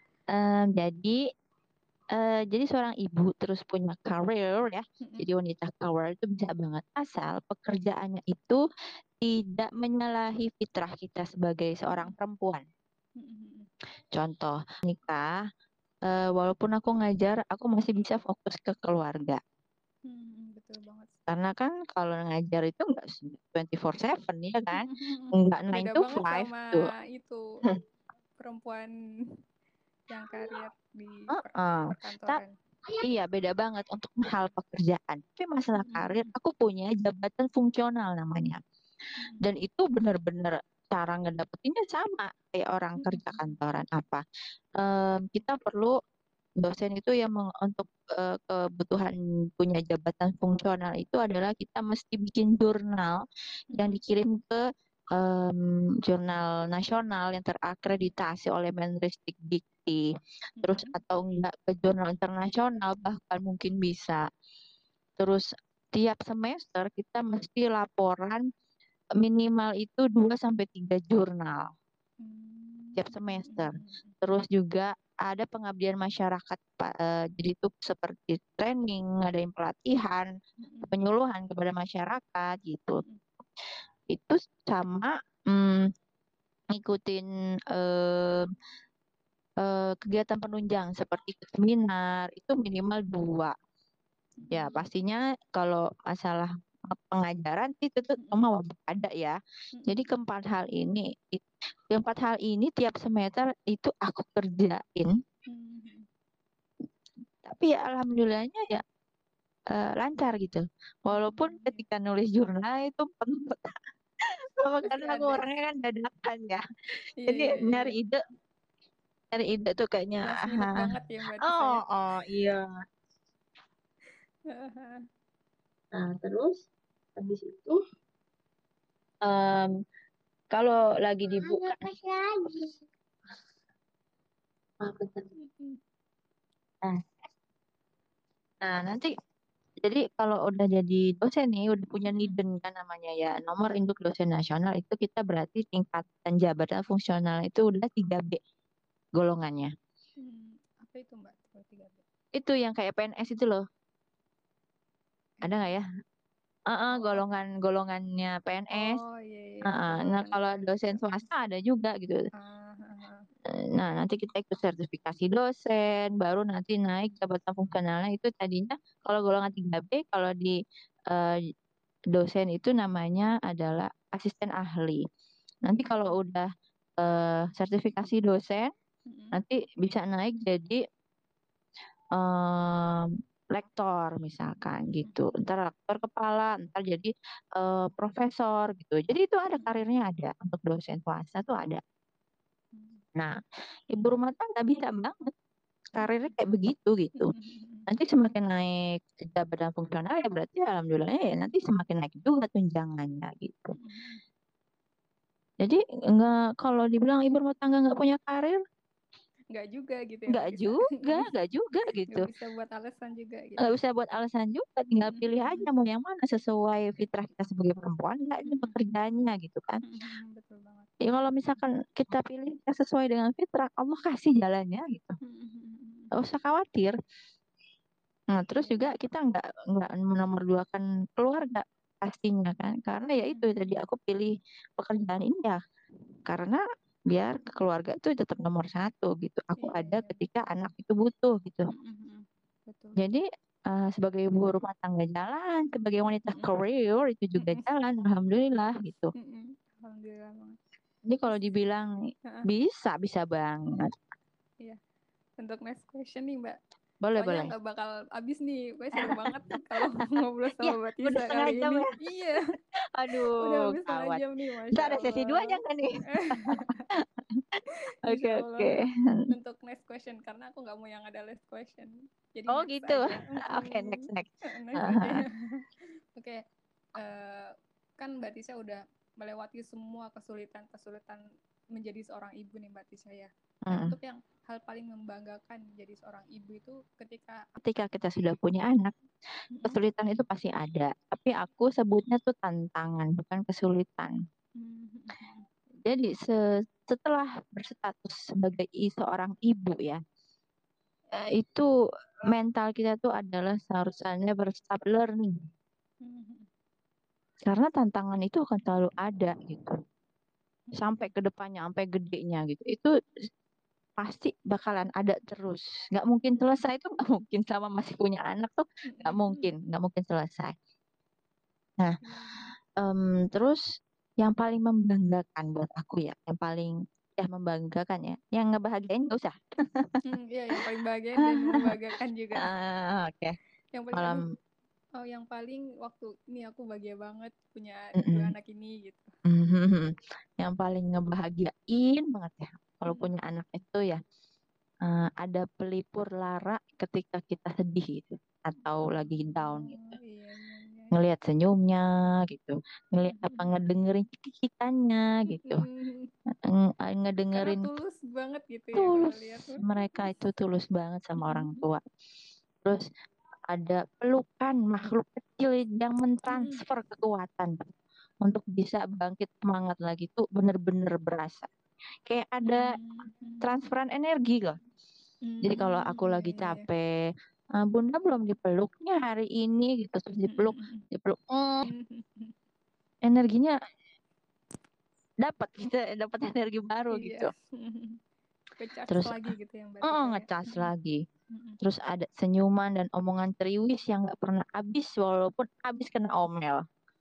Jadi seorang ibu terus punya career ya. Mm-mm. Jadi wanita career itu bisa banget asal pekerjaannya itu tidak menyalahi fitrah kita sebagai seorang Mm-mm. perempuan. Mm-mm. Contoh nikah, walaupun aku ngajar, aku masih bisa fokus ke keluarga. Betul banget. Karena kan kalau ngajar itu enggak 24/7 ya kan? Enggak nine Beda to banget five sama tuh. itu perempuan yang karir di Heeh. perkantoran. Iya, beda banget untuk hal pekerjaan. Tapi masalah karir, Mm-mm. aku punya jabatan fungsional namanya. Mm-mm. Dan itu benar-benar cara ngedapetinnya sama kayak orang kerja Mm-mm. kantoran apa. Kita perlu dosen itu yang untuk kebutuhan punya jabatan fungsional itu adalah kita mesti bikin jurnal yang Mm-mm. dikirim ke jurnal nasional yang terakreditasi oleh Menristek Dikti, terus Mm-mm. atau enggak ke jurnal internasional bahkan mungkin bisa. Terus tiap semester kita mesti laporan minimal itu 2 sampai 3 jurnal tiap semester. Mm-mm. Terus juga ada pengabdian masyarakat, Pak. Jadi itu seperti training, ada yang pelatihan, Mm-mm. penyuluhan kepada masyarakat gitu. Mm-mm. Itu sama ngikutin kegiatan penunjang seperti seminar itu minimal 2. Ya Mm-mm. pastinya kalau masalah pengajaran itu tuh Mm-mm. semua wajib ada ya. Jadi Mm-mm. keempat hal ini tiap semester itu aku kerjain. Mm-mm. Tapi ya alhamdulillahnya ya lancar gitu. Walaupun Mm-mm. ketika nulis jurnal itu penuh Pasti karena aku ada. orangnya kan dadakan ya. Iya, Jadi iya, iya, nyari iya. ide, nyari ide tuh kayaknya Last minute banget ya Mbak Tisa oh ya. oh iya. Nah terus habis itu em, kalau lagi dibuka Mm-mm. nah, nah nanti jadi kalau udah jadi dosen nih udah punya Mm-mm. NIDEN kan namanya ya nomor induk dosen nasional itu kita berarti tingkatan jabatan fungsional itu udah 3B golongannya. Apa itu Mbak? 3B. Itu yang kayak PNS itu loh. Ada nggak ya? Oh, Golongannya PNS. oh iya, iya, ada Nah, golongan kalau PNS dosen juga. swasta ada juga gitu. Ah, ah, ah. Nah, nanti kita ikut sertifikasi dosen, baru nanti naik jabatan fungsionalnya itu tadinya kalau golongan 3B, kalau di eh, dosen itu namanya adalah asisten ahli. Nanti kalau Mm-mm. udah sertifikasi dosen, Mm-mm. nanti bisa naik jadi em, lektor misalkan gitu. Ntar lektor kepala, ntar jadi profesor gitu. Jadi itu ada Mm-mm. karirnya ada untuk dosen swasta tuh ada. Mm-mm. Nah, ibu rumah tangga bisa banget karirnya kayak begitu gitu. Mm-mm. Nanti semakin naik jabatan fungsional ya berarti alhamdulillah ya nanti semakin naik juga tunjangannya gitu. Mm-mm. Jadi enggak kalau dibilang ibu rumah tangga nggak punya karir, Nggak juga gitu ya Mbak Tisa. nggak juga Nggak gitu. bisa buat alasan juga gitu. Nggak bisa buat alasan juga, tinggal pilih aja Mm-mm. mau yang mana sesuai fitrah kita sebagai perempuan nggak ini Mm-mm. pekerjaannya gitu kan. Mm-mm. Betul banget. Ya kalau misalkan kita pilih yang sesuai dengan fitrah, Allah kasih jalannya gitu. Mm-mm. Nggak usah khawatir. Nah, terus Iya, juga iya. kita nggak menomorduakan keluarga pastinya kan, karena ya itu tadi Mm-mm. aku pilih pekerjaan ini ya karena biar keluarga itu tetap nomor satu gitu. Aku Iya, ada iya. ketika anak itu butuh gitu. Betul. Jadi sebagai ibu rumah tangga jalan, sebagai wanita Mm-mm. career itu juga jalan, alhamdulillah gitu. Alhamdulillah banget. Jadi kalau Terus, dibilang bisa banget. iya. Untuk next question nih Mbak. Boleh, Soalnya boleh. nggak bakal habis nih. Pokoknya seru banget kalau ngobrol Ya, sama Mbak udah Tisa setengah kali jam ini. ya. Iya, udah Aduh, habis setengah gawat. jam nih, Bisa Masya ada sesi dua Allah. jangan nih. Oke, Insya oke. Allah. Untuk next question, karena aku nggak mau yang ada last question. Jadi Oh next gitu. aja. Oke, next, next. Next aja ya. Oke. Kan Mbak Tisa udah melewati semua kesulitan-kesulitan menjadi seorang ibu nih Mbak Tisa ya. Nah, untuk yang hal paling membanggakan jadi seorang ibu itu ketika kita sudah punya anak, kesulitan itu pasti ada. Tapi aku sebutnya tuh tantangan, bukan kesulitan. Jadi setelah berstatus sebagai seorang ibu ya, itu mental kita tuh adalah seharusnya berstart learning. Karena tantangan itu akan selalu ada gitu. Sampai ke depannya, sampai gedenya gitu. Itu pasti bakalan ada terus. Nggak mungkin selesai itu nggak mungkin sama masih punya anak tuh nggak mungkin selesai. Nah, terus yang paling membanggakan buat aku ya, yang paling ya membanggakan ya, yang ngebahagiain nggak usah. Iya, yang paling bahagia dan membanggakan juga. Oke. Yang paling Malam. aduh, oh yang paling waktu ini aku bahagia banget punya dua Mm-mm. anak ini gitu. Yang paling ngebahagiain banget ya, kalau punya anak itu ya ada pelipur lara ketika kita sedih gitu atau lagi down gitu. Oh iya iya iya. Ngelihat senyumnya gitu, ngelihat apa ngedengerin cekikikannya gitu, Karena ngedengerin tulus banget gitu ya kalau tulus, lihat. mereka itu tulus banget sama orang tua. Terus ada pelukan makhluk kecil yang mentransfer kekuatan untuk bisa bangkit semangat lagi tuh bener-bener berasa kayak ada transferan energi loh. Jadi kalau aku Iya lagi iya iya. capek, Bunda belum dipeluknya hari ini gitu, terus dipeluk, dipeluk, energinya dapat kita dapat energi baru Iya. gitu. Ke-charge Terus lagi gitu ya Mbak Tisa ya. ngecas lagi. Terus ada senyuman dan omongan triwis yang nggak pernah habis walaupun habis kena omel.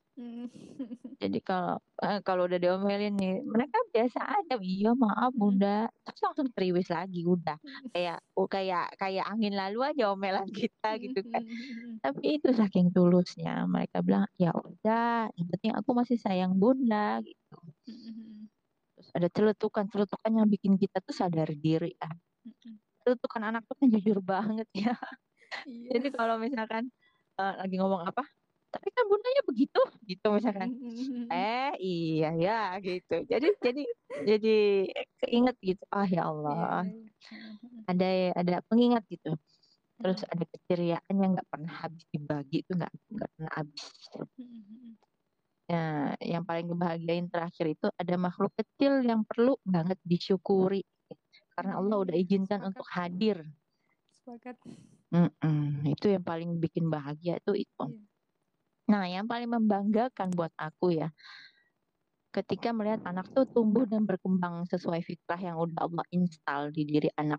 Jadi kalau udah diomelin nih, mereka biasa aja, iya maaf bunda, terus langsung triwis lagi udah kayak angin lalu aja omelan kita gitu kan. Tapi itu saking tulusnya, mereka bilang ya udah, yang penting aku masih sayang bunda gitu. Terus ada celetukan-celetukan yang bikin kita tuh sadar diri ah. Celetukan anak tuh kan jujur banget ya. Iya. Jadi kalau misalkan lagi ngomong apa, tapi kan bundanya begitu gitu misalkan. Iya ya gitu. Jadi keinget gitu. Ah ya Iya Allah, iya iya. ada pengingat gitu. Terus ada keceriaan yang nggak pernah habis dibagi itu nggak pernah habis. Nah, yang paling ngebahagiain terakhir itu ada makhluk kecil yang perlu banget disyukuri karena Allah udah izinkan untuk Sepakat. hadir. Sepakat. Itu yang paling bikin bahagia tuh itu. Iya. Nah, yang paling membanggakan buat aku ya, ketika melihat anak tuh tumbuh dan berkembang sesuai fitrah yang udah Allah install di diri anak.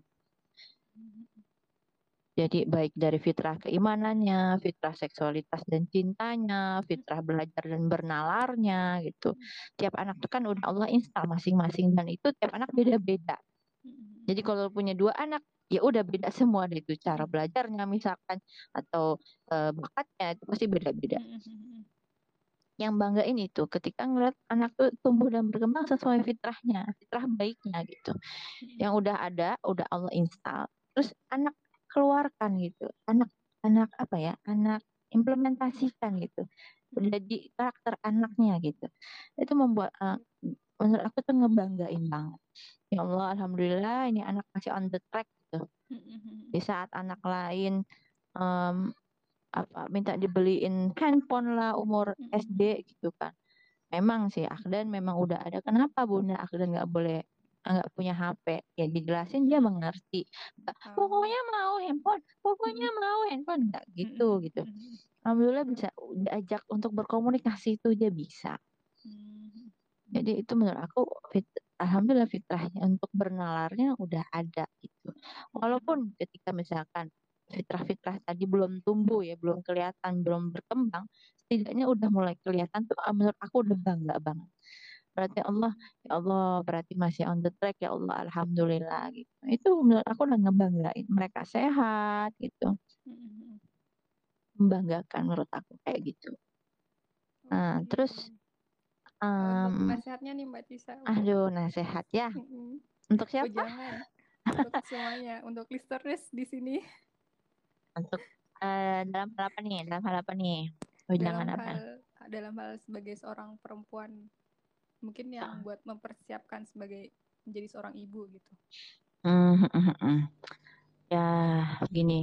Jadi baik dari fitrah keimanannya, fitrah seksualitas dan cintanya, fitrah belajar dan bernalarnya gitu. Tiap anak tuh kan udah Allah install masing-masing dan itu tiap anak beda-beda. Jadi kalau punya dua anak ya udah beda semua deh itu cara belajarnya misalkan atau bakatnya itu pasti beda-beda. Yang banggain itu ketika ngeliat anak tuh tumbuh dan berkembang sesuai fitrahnya, fitrah baiknya gitu. Yang udah ada, udah Allah install. Terus anak keluarkan gitu. Anak apa ya? Anak implementasikan gitu. Udah di karakter anaknya gitu. Itu membuat menurut aku tuh ngebanggain banget. Ya Allah, alhamdulillah ini anak masih on the track gitu. Di saat anak lain em, minta dibeliin handphone lah umur SD gitu kan. Memang sih Akdan memang udah ada. Kenapa Bunda Akdan nggak punya HP? Ya dijelasin dia mengerti. Pokoknya mau handphone, pokoknya mau handphone nggak gitu gitu. Alhamdulillah bisa diajak untuk berkomunikasi itu dia bisa. Jadi itu menurut aku alhamdulillah fitrahnya untuk bernalarnya udah ada gitu. Mm-mm. Walaupun ketika misalkan fitrah-fitrah tadi belum tumbuh ya, belum kelihatan, belum berkembang, setidaknya udah mulai kelihatan tuh menurut aku udah bangga banget. Berarti Allah, ya Allah berarti masih on the track ya Allah, alhamdulillah gitu. Itu menurut aku udah ngebanggain mereka sehat gitu, Mm-mm. membanggakan menurut aku kayak gitu. Nah, Oke. terus Untuk em, nasihatnya nih Mbak Tisa untuk aduh, nasehat ya. mm-mm. Untuk Oh siapa? jangan, untuk semuanya, untuk listeners di sini Untuk dalam hal apa nih? Dalam hal apa nih? Jangan dalam apa? dalam hal sebagai seorang perempuan mungkin yang buat mempersiapkan sebagai menjadi seorang ibu gitu. Hmm, hmm, hmm, hmm. Ya, gini,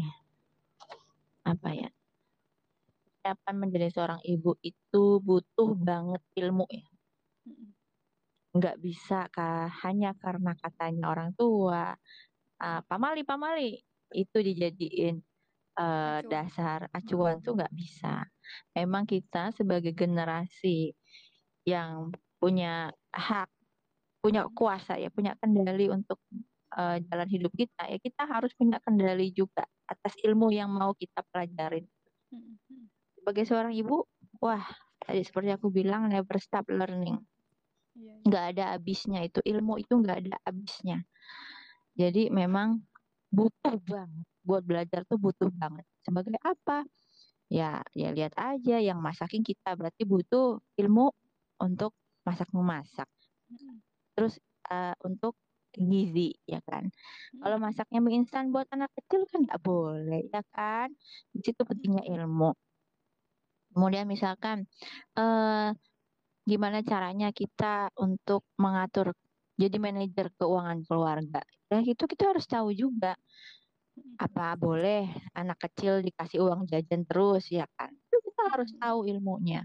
apa ya? Persiapan menjadi seorang ibu itu butuh banget ilmu ya. Mm-mm. Nggak bisa hanya karena katanya orang tua, pamali pamali itu dijadiin Acuan. dasar acuan Mm-mm. tuh nggak bisa. Memang kita sebagai generasi yang punya hak, punya kuasa ya, punya kendali untuk jalan hidup kita ya, kita harus punya kendali juga atas ilmu yang mau kita pelajarin. Mm-mm. Sebagai seorang ibu, wah, tadi seperti aku bilang, never stop learning. Iya, iya. Nggak ada habisnya itu ilmu itu nggak ada habisnya. Jadi memang butuh banget buat belajar tuh butuh banget. Sebagai apa? Ya, ya lihat aja yang masakin kita berarti butuh ilmu untuk masak memasak. Mm-mm. Terus untuk gizi ya kan. Kalau Mm-mm. masaknya mie instan buat anak kecil kan nggak boleh ya kan. Di situ pentingnya Mm-mm. ilmu. Kemudian misalkan eh gimana caranya kita untuk mengatur jadi manajer keuangan keluarga. Ya itu kita harus tahu juga Mm-mm. apa boleh anak kecil dikasih uang jajan terus ya kan. Itu kita harus Mm-mm. tahu ilmunya.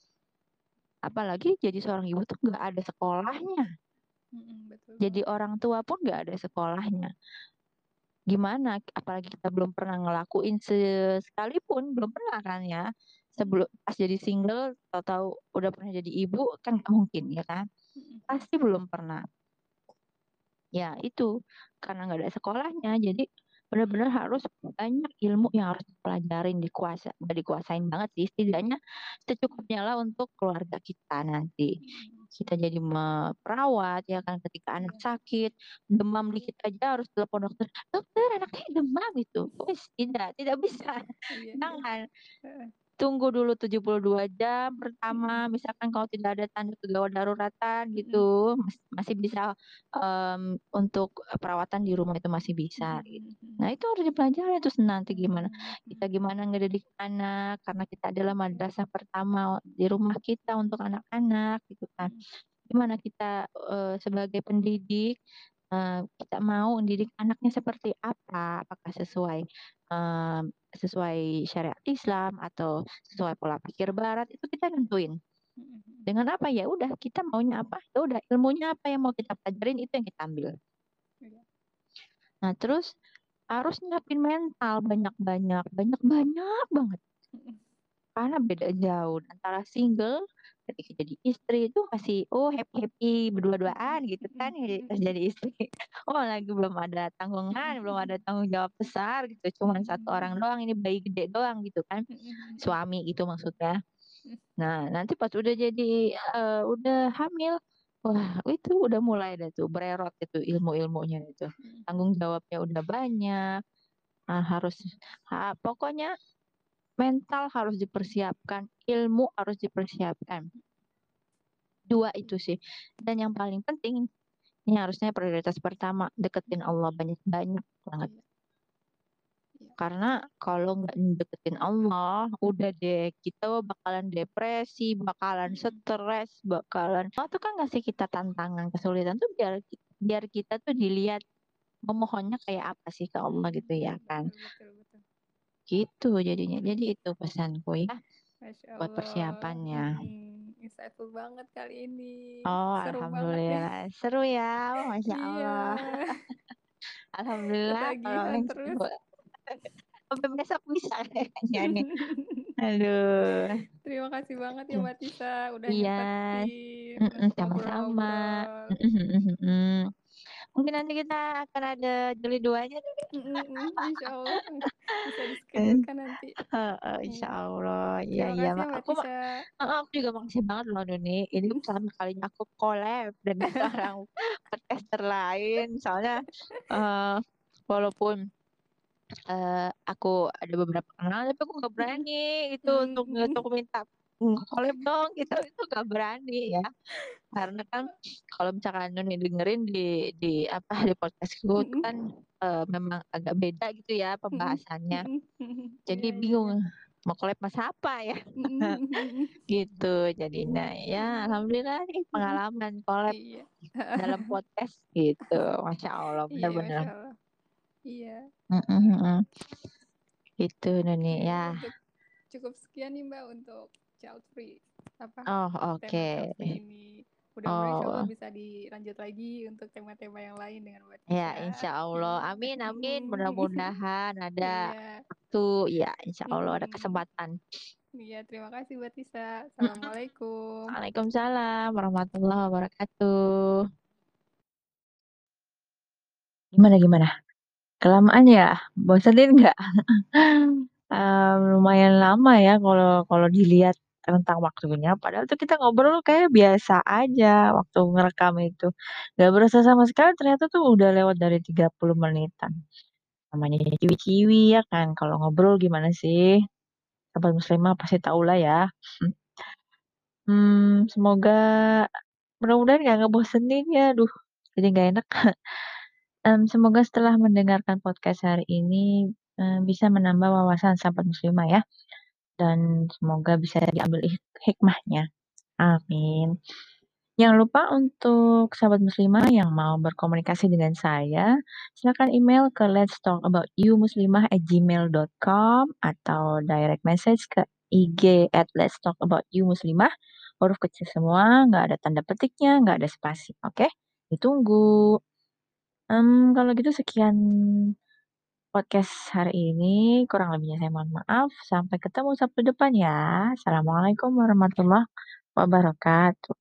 Apalagi jadi seorang ibu tuh nggak ada sekolahnya. Mm-mm. Betul Jadi banget. orang tua pun nggak ada sekolahnya. Gimana? Apalagi kita belum pernah ngelakuin sekalipun, belum pernah kan ya. Sebelum pas jadi single, tahu-tahu udah pernah jadi ibu kan nggak mungkin ya kan? Mm-mm. Pasti belum pernah. Ya itu karena nggak ada sekolahnya, jadi benar-benar harus banyak ilmu yang harus dipelajarin, nggak dikuasain banget sih, setidaknya secukupnya lah untuk keluarga kita nanti. Mm-mm. Kita jadi perawat ya kan ketika anak Iya. sakit, demam dikit aja harus telepon dokter. Dokter, anaknya demam itu. Wis, tidak bisa. Iya, iya. Jangan. Heeh. Tunggu dulu 72 jam Mm-mm. pertama, misalkan kalau tidak ada tanda kegawat daruratan Mm-mm. gitu, masih bisa untuk perawatan di rumah itu masih bisa gitu. Mm-mm. Nah itu harus dipelajari terus nanti gimana Mm-mm. kita gimana ngedidik anak karena kita adalah Oke. madrasah pertama di rumah kita untuk anak-anak gitu kan. Mm-mm. Gimana kita sebagai pendidik kita mau mendidik anaknya seperti apa? Apakah em, sesuai syariat Islam atau sesuai pola pikir Barat itu kita nentuin. Mm-mm. Dengan apa ya udah kita maunya apa? Ya udah ilmunya apa yang mau kita pelajarin itu yang kita ambil. Iya. Nah, terus harus nyiapin mental banyak-banyak, banyak-banyak banget. Mm-mm. Karena beda jauh antara single ketika jadi istri itu masih happy happy berdua-duaan Mm-mm. gitu kan Mm-mm. ya, pas Mm-mm. jadi istri. Oh lagi belum ada tanggungan, belum ada tanggung jawab besar gitu. Cuman satu orang Mm-mm. doang ini bayi gede doang gitu kan. Mm-mm. Suami gitu maksudnya. Mm-mm. Nah, nanti pas udah jadi udah hamil, wah itu udah mulai dah tuh bererot itu ilmu-ilmunya itu. Tanggung jawabnya udah banyak, harus pokoknya mental harus dipersiapkan, ilmu harus dipersiapkan. Dua itu sih. Dan yang paling penting, ini harusnya prioritas pertama, deketin Mm-mm. Allah banyak-banyak banget. Iya, iya. Karena kalau nggak deketin Allah, udah deh kita bakalan depresi, bakalan Mm-mm. stres, bakalan. Allah tuh kan ngasih kita tantangan, kesulitan tuh biar kita tuh dilihat memohonnya kayak apa sih ke Allah gitu ya kan. Betul, betul, betul. Gitu jadinya. Jadi itu pesanku ya Masya buat Allah. persiapannya. Mm-mm. Insightful banget kali ini. Oh, Seru banget nih. alhamdulillah. Seru ya, Masya Iya. Allah. Alhamdulillah kalau Ketagihan terus. sampai besok bisa kayaknya nih. Aduh. Terima kasih banget ya Mbak Tisa udah Iya, nyempetin sama-sama. ngobrol-ngobrol. Mungkin nanti kita akan ada jilid 2-nya tuh. Insya Allah bisa Eee, dischedulekan nanti. heeh, Iya. insyaallah. Iya Terima iya, kasih ya Mbak Tisa. aku juga makasih banget loh Doni, ini pertama kalinya aku collab dengan seorang podcaster lain. Soalnya, eee, walaupun, aku ada beberapa kenalan, tapi aku nggak berani gitu untuk minta, collab dong gitu, itu nggak berani ya. Karena kan kalau misalkan Nuni dengerin di apa, di podcastku itu kan, memang agak beda gitu ya pembahasannya. Jadi Iya iya iya. bingung mau collab sama siapa ya, gitu jadinya. Ya alhamdulillah nih pengalaman collab Iya. dalam podcast gitu, Masya Allah Iya, bener-bener. Masya Allah. Iya. Mhm. Gitu Nuni Oke, ya. untuk cukup sekian nih Mbak untuk child free apa Oh tema child oke. free ini. Mudah-mudahan insya Allah Oh, bisa dilanjut lagi untuk tema-tema yang lain dengan Mbak ya Tisa. insya Allah. Iya. Amin amin, mudah-mudahan ada Iya. waktu, ya insya Allah ada kesempatan. Iya, terima kasih Mbak Tisa. Assalamualaikum. Waalaikumsalam warahmatullahi wabarakatuh. Gimana gimana? Kelamaan ya? Bosenin nggak? Lumayan lama ya kalau kalau dilihat rentang waktunya, padahal tuh kita ngobrol kayak biasa aja waktu ngerekam itu. Nggak berasa sama sekali ternyata tuh udah lewat dari 30 menitan. Namanya ciwi-ciwi ya kan, kalau ngobrol gimana sih? Sahabat muslimah pasti tahulah ya. Semoga mudah-mudahan nggak ngebosenin ya, aduh jadi nggak enak. Semoga setelah mendengarkan podcast hari ini, bisa menambah wawasan sahabat muslimah ya, dan semoga bisa diambil hikmahnya, amin. Jangan lupa untuk sahabat muslimah yang mau berkomunikasi dengan saya, silakan email ke letstalkaboutyoumuslimah@gmail.com atau direct message ke IG @letstalkaboutyoumuslimah, huruf kecil semua, nggak ada tanda petiknya, nggak ada spasi, oke? Ditunggu. Kalau gitu sekian podcast hari ini, kurang lebihnya saya mohon maaf. Sampai ketemu Sabtu depan ya. Assalamualaikum warahmatullahi wabarakatuh.